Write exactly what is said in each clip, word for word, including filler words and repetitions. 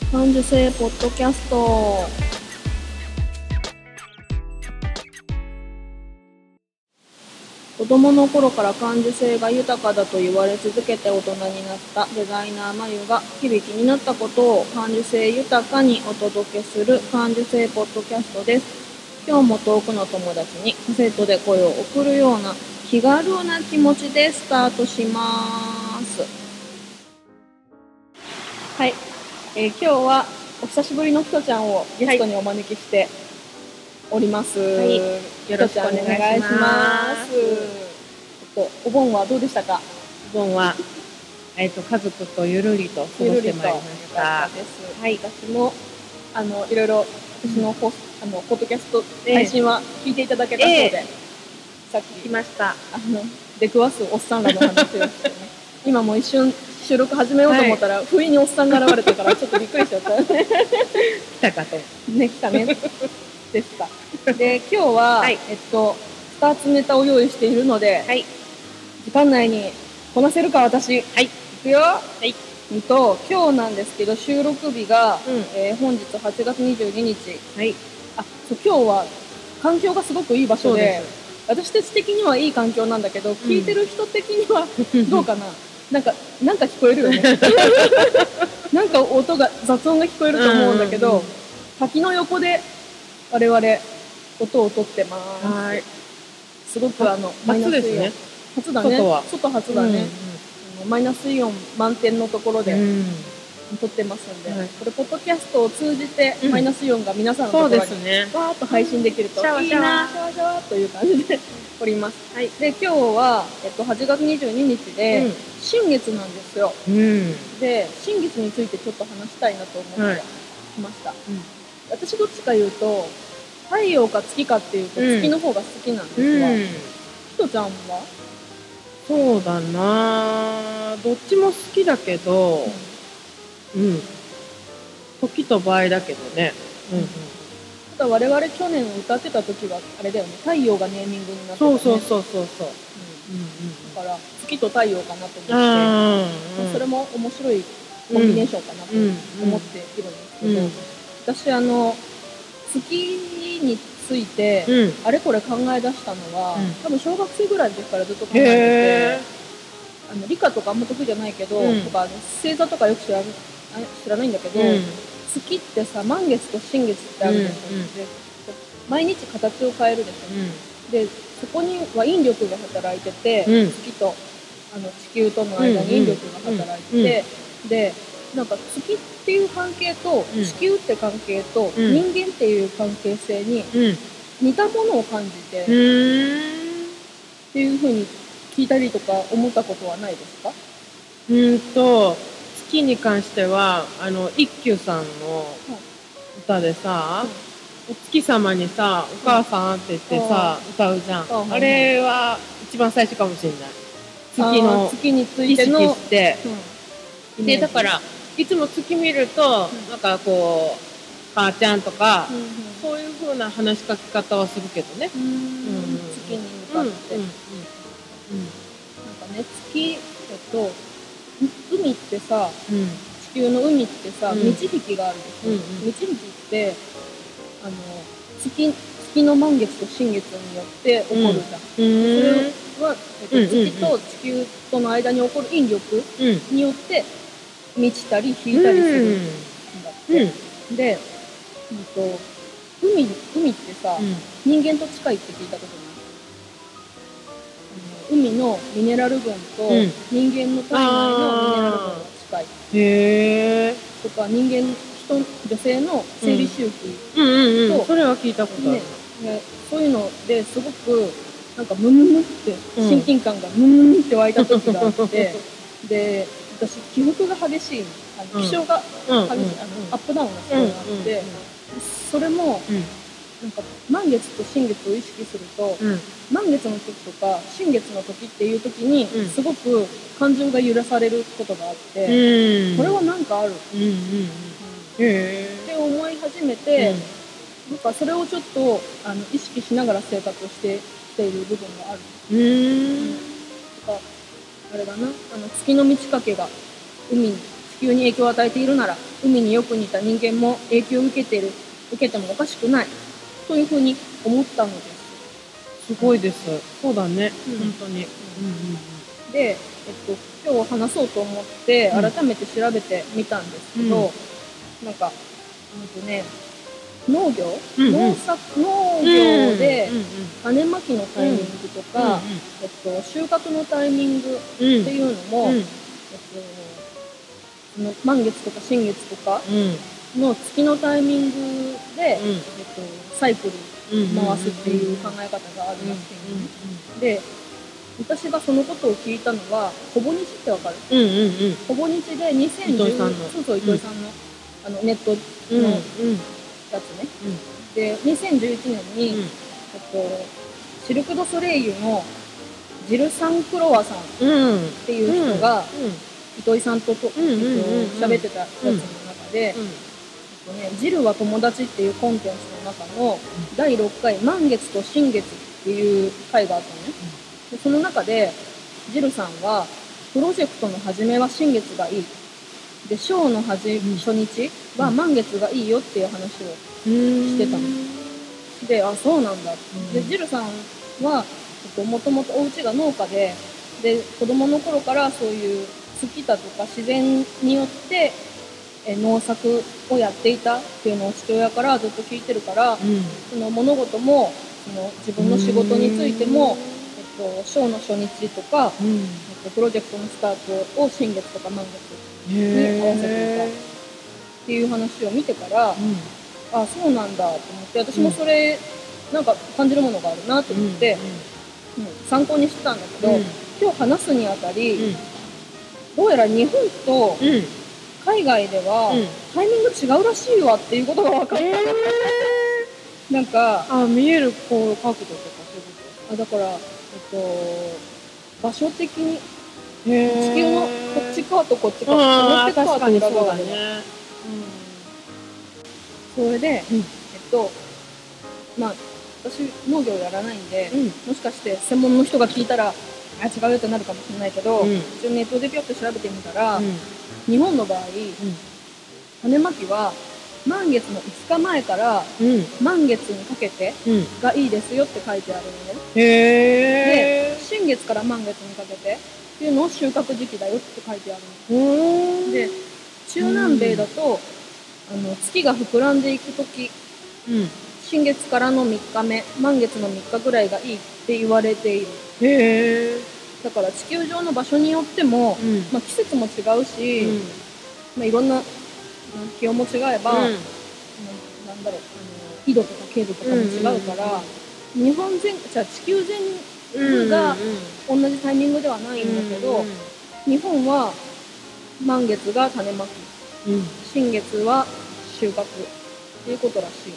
感受性ポッドキャスト。子供の頃から感受性が豊かだと言われ続けて大人になったデザイナーまゆが日々気になったことを感受性豊かにお届けする感受性ポッドキャストです。今日も遠くの友達にカセットで声を送るような気軽な気持ちでスタートします。はい、えー、今日はお久しぶりのひとちゃんをゲストにお招きしております、はい、 よろしくお願いします。 えっと、お盆はどうでしたか？ お盆は、えっと、家族とゆるりと過ごしてまいりました。 はい、私もあのいろいろ私のポ、うん、あのポッドキャスト配信は聞いていただけたそうで、えー、さっき来ました。 あの出くわすおっさんらの話をしてね今も一瞬収録始めようと思ったら、はい、不意におっさんが現れてからちょっとびっくりしちゃった来たかとね、来たねでした。で、今日は、はい、えっとふたつネタを用意しているので、はい、時間内にこなせるか私。 はい。いくよ。はい。うんと今日なんですけど収録日が、うんえー、本日はちがつにじゅうににち。はい。あ、そう今日は環境がすごくいい場所で、私たち的にはいい環境なんだけど、うん、聞いてる人的にはどうかな。なんかなんか聞こえるよね。なんか音が雑音が聞こえると思うんだけど、うんうんうん、滝の横で我々音を取ってます。はい。すごくあのマイナスイオンですね。初だね。外は外初だね、うんうん。あのマイナスイオン満点のところで撮ってますんで、うんはい、これポッドキャストを通じてマイナスイオンが皆さんのところにわーっと配信できると、うん、いいなシャワシャワという感じで撮ります。はい。で今日はえっとはちがつにじゅうににちで、うん、新月なんですよ。うん、で新月についてちょっと話したいなと思ってきました。はいうん、私どっちか言うと太陽か月かっていうと月の方が好きなんですが、ひとちゃんは？ そうだなどっちも好きだけど、うん、うん、時と場合だけどね。うんうん、 ただ我々去年歌ってた時はあれだよね、太陽がネーミングになってたね。 そうそうそうそうそう。 だから月と太陽かなと思って、うん、それも面白いコンビネーションかなと思っているんですけど、うんうん、私あの月について、うん、あれこれ考え出したのは、うん、多分小学生ぐらいの時からずっと考えてて、あの理科とかあんま得意じゃないけど、うん、とか星座とかよく知ら知らないんだけど、うん、月ってさ満月と新月ってあるでしょ、うんうん、で毎日形を変えるでしょ、うん、でそこには引力が働いてて、うん、月とあの地球との間に引力が働いてて、うんうん、でなんか月っていう関係と地球って関係と人間っていう関係性に似たものを感じて、うん、っていう風に聞いたりとか思ったことはないですか？ うんと月に関してはあの一休さんの歌でさ、うん、お月様にさお母さんって言ってさ、うん、歌うじゃん、うん、あれは一番最初かもしれない。月の月についての意識して、うん、でだからいつも月見ると、うん、なんかこう母ちゃんとか、うんうん、そういう風な話しかけ方はするけどね。 うんうん、月に向かって、うんうんうん、なんかね月えっと海ってさ、うん、地球の海ってさ、うん、満ち引きがあるでしょ、うんうん、満ち引きってあの 月, 月の満月と新月によって起こるじゃん、うん、それは、えっと、月と地球との間に起こる引力によって満ちたり引いたりするんだって、うん、で、えっと、海, 海ってさ、うん、人間と近いって聞いたことない？海のミネラル分と人間の体内のミネラル分が近い、うん、へーとか人間人女性の生理周期と、うんうんうんうん、 それは聞いたことある、 ねね、そういうのですごくなんかムムムって親近感がムムムって湧いた時があって、うん、で私起伏が激しいあの気象が激しい、うん、あのアップダウンがすごいあって、うんうんうん、それも、うんなんか満月と新月を意識すると、うん、満月の時とか新月の時っていう時にすごく感情が揺らされることがあって、うん、これはなんかある、うんうんうん、って思い始めて、うん、なんかそれをちょっとあの意識しながら生活をしてきている部分がある、うんうん、とかあれだなあの月の満ち欠けが海に球に影響を与えているなら海によく似た人間も影響を受けている受けてもおかしくないというふうに思ったのです。 すごいです。そうだね、うん、本当に、うんうんうん、で、えっと、今日話そうと思って改めて調べてみたんですけど、うん、なんか、うんとね、農業、うんうん、農作農業で種まきのタイミングとか、うんうんえっと、収穫のタイミングっていうのも、うんうんえっと、満月とか新月とかの月のタイミングで、うんえっと、サイクル回すっていう考え方があるらしいんですね。で、私がそのことを聞いたのはほぼ日ってわかる？うんうんうん、ほぼ日でにせんじゅうそうそう糸井さんの、うん、あのネットのやつね。うんうんでにせんじゅういちねんに、うんえっと、シルク・ドゥ・ソレイユのジル・サンクロワさんっていう人が、うん、糸井さんとと、うんうんうん、喋ってたやつの中で、うんうんえっとね、ジルは友達っていうコンテンツの中のだいろっかい満月と新月っていう回があったのね。でその中でジルさんはプロジェクトの始めは新月がいいでショーのはじ、うん、初日は満月がいいよっていう話をしてたの。で、あ、そうなんだ。で、ジルさんはもともとお家が農家で、で子供の頃からそういう好きだとか自然によってえ農作をやっていたっていうのを父親からずっと聞いてるから、うん、その物事もその自分の仕事についても、えっと、ショーの初日とか、うんえっと、プロジェクトのスタートを新月とか満月に合わせていたっていう話を見てから、うん、あ、そうなんだと思って私もそれ、うん、なんか感じるものがあるなと思って、うんうん、参考にしてたんだけど、うん、今日話すにあたり、うん、どうやら日本と海外ではタイミング違うらしいわっていうことが分かった、えー、なんかあ見えるこう角度とかそういうことあだから、えっと、場所的に地球のこっち側とこっち側と表側と裏側で、ねうん、それで、うん、えっとまあ私農業やらないんで、うん、もしかして専門の人が聞いたらあ違うよってなるかもしれないけど、うん、一応ネットでピョッと調べてみたら、うん、日本の場合、うん、種まきは満月のいつかまえから、うん、満月にかけてがいいですよって書いてあるのね、うん、へで新月から満月にかけてっていうのを収穫時期だよって書いてあるの。で中南米だと、うん、あの月が膨らんでいく時、うん、新月からのみっかめ満月のみっかぐらいがいいって言われている。へだから地球上の場所によっても、うんまあ、季節も違うし、うんまあ、いろんな気温も違えば、うん、なんだろうあの緯度とか経度とかも違うから、うんうんうん、日本全じゃあ地球全部が同じタイミングではないんだけど、うんうん、日本は満月が種まき、うん、新月は収穫っていうことらしい、うん、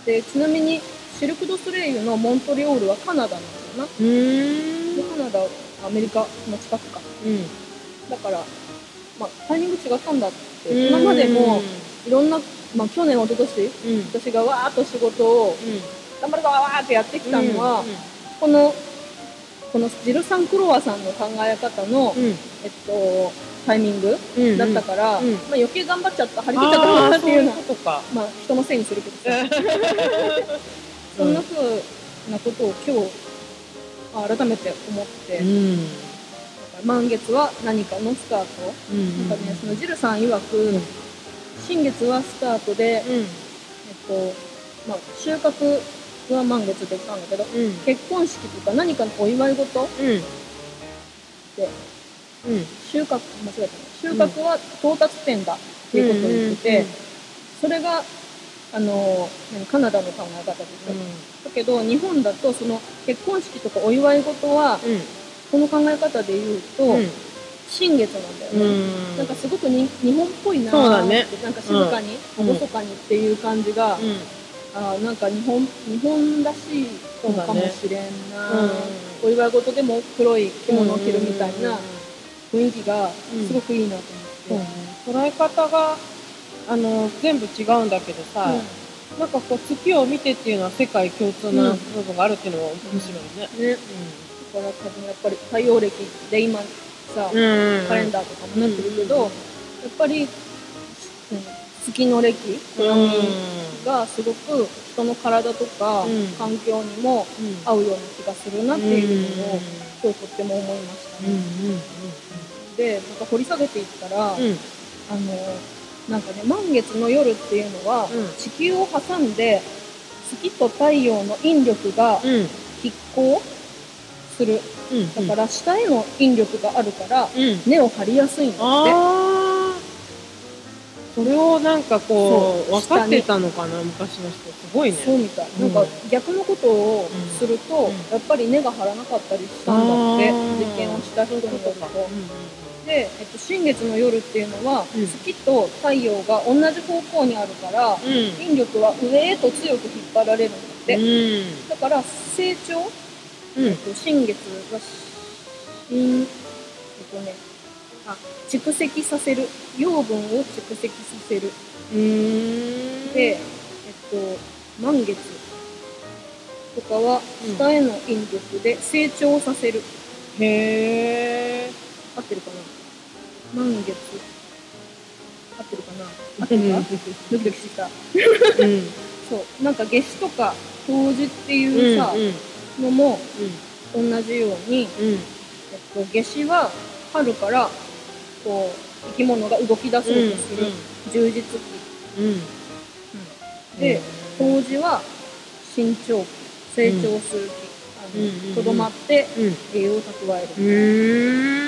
でちなみにシルク・ドゥ・ソレイユのモントリオールはカナダなんだよな。でカナダアメリカの近くか、うん、だから、まあ、タイミング違ったんだって今までもいろんな、まあ、去年一昨年、うん、私がわーっと仕事を、うん、頑張るぞわーってやってきたのは、うんうん、このこのジル・サンクロワさんの考え方の、うんえっと、タイミングだったから、うんうんまあ、余計頑張っちゃった張り切っちゃったなっていうのはまあ、人のせいにするけどさそんな風なことを今日改めて思って、うん、だから満月は何かのスタート、うん、なんかね、そのジルさん曰く、うん、新月はスタートで、うんえっとまあ、収穫は満月って言ったんだけど、うん、結婚式とか何かのお祝い事、うん、で、うん、収穫間違えたね収穫は到達点だっていうことを言ってて、うんうんうん、それがあのカナダの考え方です、うん、だけど日本だとその結婚式とかお祝い事は、うん、この考え方で言うと、うん、新月なんだよね、うん、なんかすごくに日本っぽいなーって、ね、なんか静かに厳かにっていう感じが、うんあなんか日本日本らしいのかもしれんな、ねうん、お祝い事でも黒い着物を着るみたいな雰囲気がすごくいいなと思って、 うんうん、捉え方があの全部違うんだけどさ、うん、なんかこう月を見てっていうのは世界共通な部分があるっていうのは面白いね、うん、ね、うん、 だから多分やっぱり太陽暦で今さ、うんうんうん、カレンダーとかもなってるけど、 ぱり、うん、月の暦がすごく人の体とか環境にも合うような気がするなっていうのを今日とっても思いましたね。で、なんか掘り下げていったら、うん、あのなんかね、満月の夜っていうのは、うん、地球を挟んで月と太陽の引力が拮抗する、うん、だから下への引力があるから、うん、根を張りやすいんだって。あ、 それをなんかこう分かってたのかな、昔の人。すごいね。 そうみたい、うん、なんか逆のことをすると、うん、やっぱり根が張らなかったりしたんだって、実験をした人によると。で、えっと、新月の夜っていうのは、うん、月と太陽が同じ方向にあるから、うん、引力は上へと強く引っ張られるんだって、うん、だから成長、うん、えっと、新月が新、えっとね、あ、蓄積させる、養分を蓄積させる。うーんで、えっと、満月とかは下への引力で成長させる。うん、へー。合ってるかな？満月。合ってるかな？合ってるか？ドキドキしてきた。うん、そう。なんか夏至とか冬至っていうさ、うんうん、のも、うん、同じように、うん、えっと、夏至は春からこう生き物が動き出そうとする充実期。うんうん、で、冬至は成長期、成長する期。とどまって栄養を蓄える。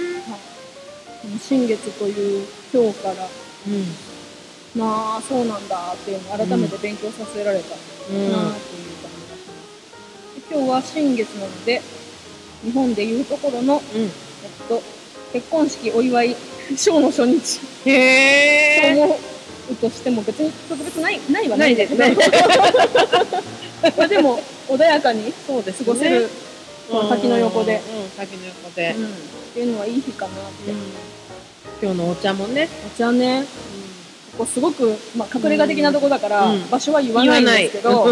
新月という今日から、うん、まあそうなんだっていうのを改めて勉強させられたなっていう感じがします。で、今日は新月なので日本でいうところの、うん、えっと、結婚式お祝いショーの初日へと思うとしても別に特別ないないはないんだけど、ね、まあでも穏やかに過ごせる、この滝の横で、 うんうん、滝の横で、うん、 っていうのはいい日かなって、うん、 今日のお茶もね、 お茶ね、うん、ここすごく、まあ、隠れ家的なとこだから、うん、場所は言わないんですけど、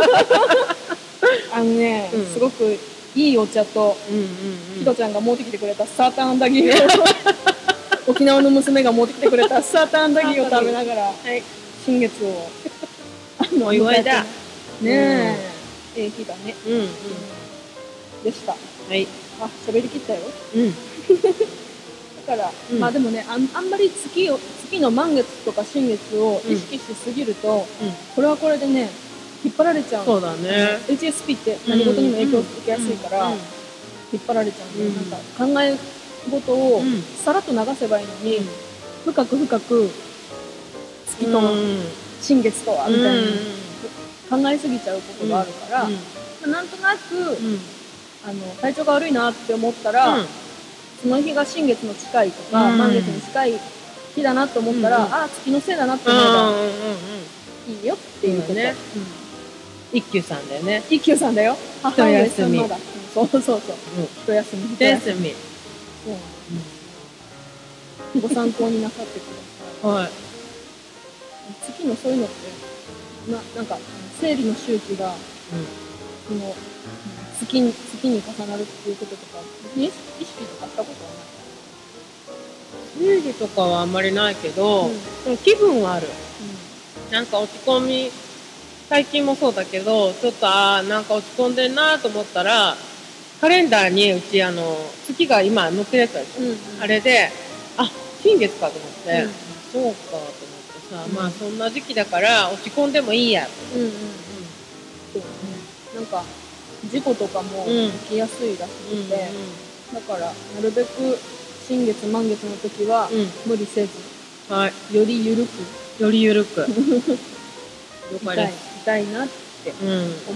あのね、うん、すごくいいお茶と、うんうんうん、ひとちゃんが持ってきてくれたサーターアンダギーを沖縄の娘が持ってきてくれたサーターアンダギーを食べながら、はい、新月をお祝いだねえ、ええ日だね、うんうん、でした。 はい。 あ、喋りきったよ。 うん。 だから、うん、まあでもね、あん、あんまり月を月の満月とか新月を意識しすぎると、うん、これはこれでね引っ張られちゃう。 そうだね。 エイチエスピー って何事にも影響を受けやすいから、うんうん、引っ張られちゃうんで、うん、なんか考え事をさらっと流せばいいのに、うん、深く深く月と新月とはみたいに考えすぎちゃうことがあるから、うんうん、まあ、なんとなく、うん、あの体調が悪いなって思ったら、うん、その日が新月の近いとか、うん、満月に近い日だなと思ったら、うん、ああ月のせいだなって思えばいいよっていうことね。 一休さんだよね。 一休さんだよ。 一休み。 そうそうそう。一休み。 一休み。 そう。ご参考になさってください。はい。月のそういうのってななんか生理の周期が、うん、その月に月に重なるっていうこととか意識とかしたことはない？ 生理とかはあんまりないけど、うん、でも気分はある。うん、なんか落ち込み。最近もそうだけど、ちょっとああなんか落ち込んでんなと思ったら、カレンダーにうちあの月が今載ってるやつあるでしょ、うんうん、あれで、あ、新月かと思って、うん、そうかと思ってさ、うん、まあそんな時期だから落ち込んでもいいやと思って。うんうんうん、 そうね。なんか事故とかも起きやすいらしくて、うんうんうん、だからなるべく新月満月の時は無理せず、うん、はい、より緩くより緩く了解です。たいなって思っておりました、うん、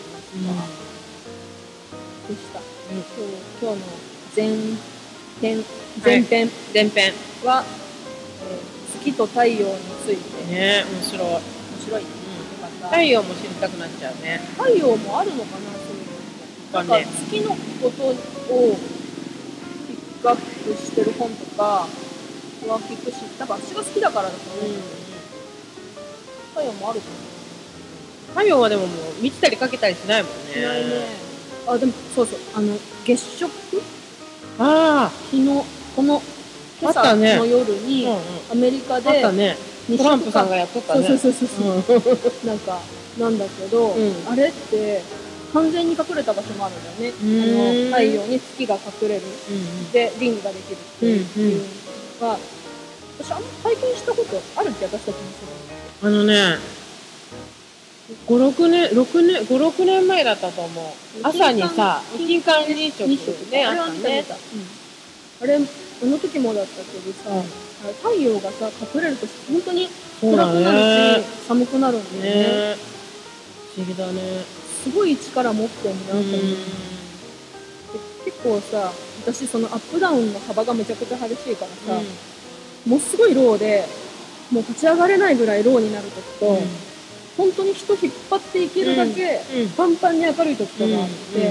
でした、うん、今日の前編前編、はい、 前編は、えー、月と太陽についてね、面白い面白い、うん、 太陽も知りたくなっちゃうね。 太陽もあるのかな、そういうの、ね、なんか月のことをピックアップしてる本とかは聞くし、だから私が好きだからだと思うんですけど、うん、太陽もあるかな。 太陽はでももう満ちたりかけたりしないもんね。 しないね。あ、でもそうそう、あの月食、 ああ、 日のこの今朝の夜にアメリカで、 あったね、トランプさんがやっとったね。 そうそうそうそう、うん、なんかなんだけど、うん、あれって完全に隠れた場所もあるんだよね。あの太陽に月が隠れる、うん、でリングができるっていうのが、私あんま体験したことあるって私たちもする。 あのね、ご、ろくねん、ろくねん、ご、ろくねんまえだったと思う。朝にさ、金環日食ね、あったね。 あれ、あの時もだったけどさ、うん、太陽がさ、隠れると本当に暗くなるし、寒くなるんだよね。ね、 不思議だね。 すごい力持ってんだなと思う。結構さ、私そのアップダウンの幅がめちゃくちゃ激しいからさ、うん、もうすごいローで、もう立ち上がれないぐらいローになる時と、うん、本当に人引っ張っていけるだけ、うん、パンパンに明るい時とかあって、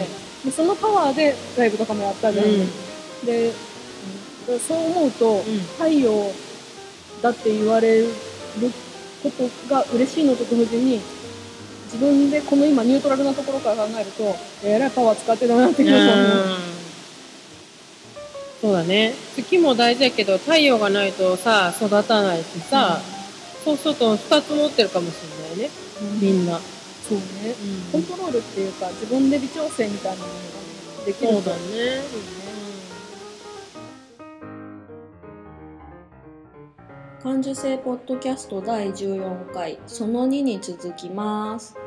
うん、そのパワーでライブとかもやったじゃん。うん、で、そう思うと、うん、太陽だって言われることが嬉しいのと同時に、自分でこの今ニュートラルなところから考えると、えらいパワー使ってたなって気がする。 そうだね。月も大事だけど、太陽がないとさ、育たないしさ、うん、そうするとふたつ持ってるかもしれないね、うん、みんな。 そうね、うん、コントロールっていうか、自分で微調整みたいなものができると。 そうだね。 感受性ポッドキャストだいじゅうよんかいそのにに続きます。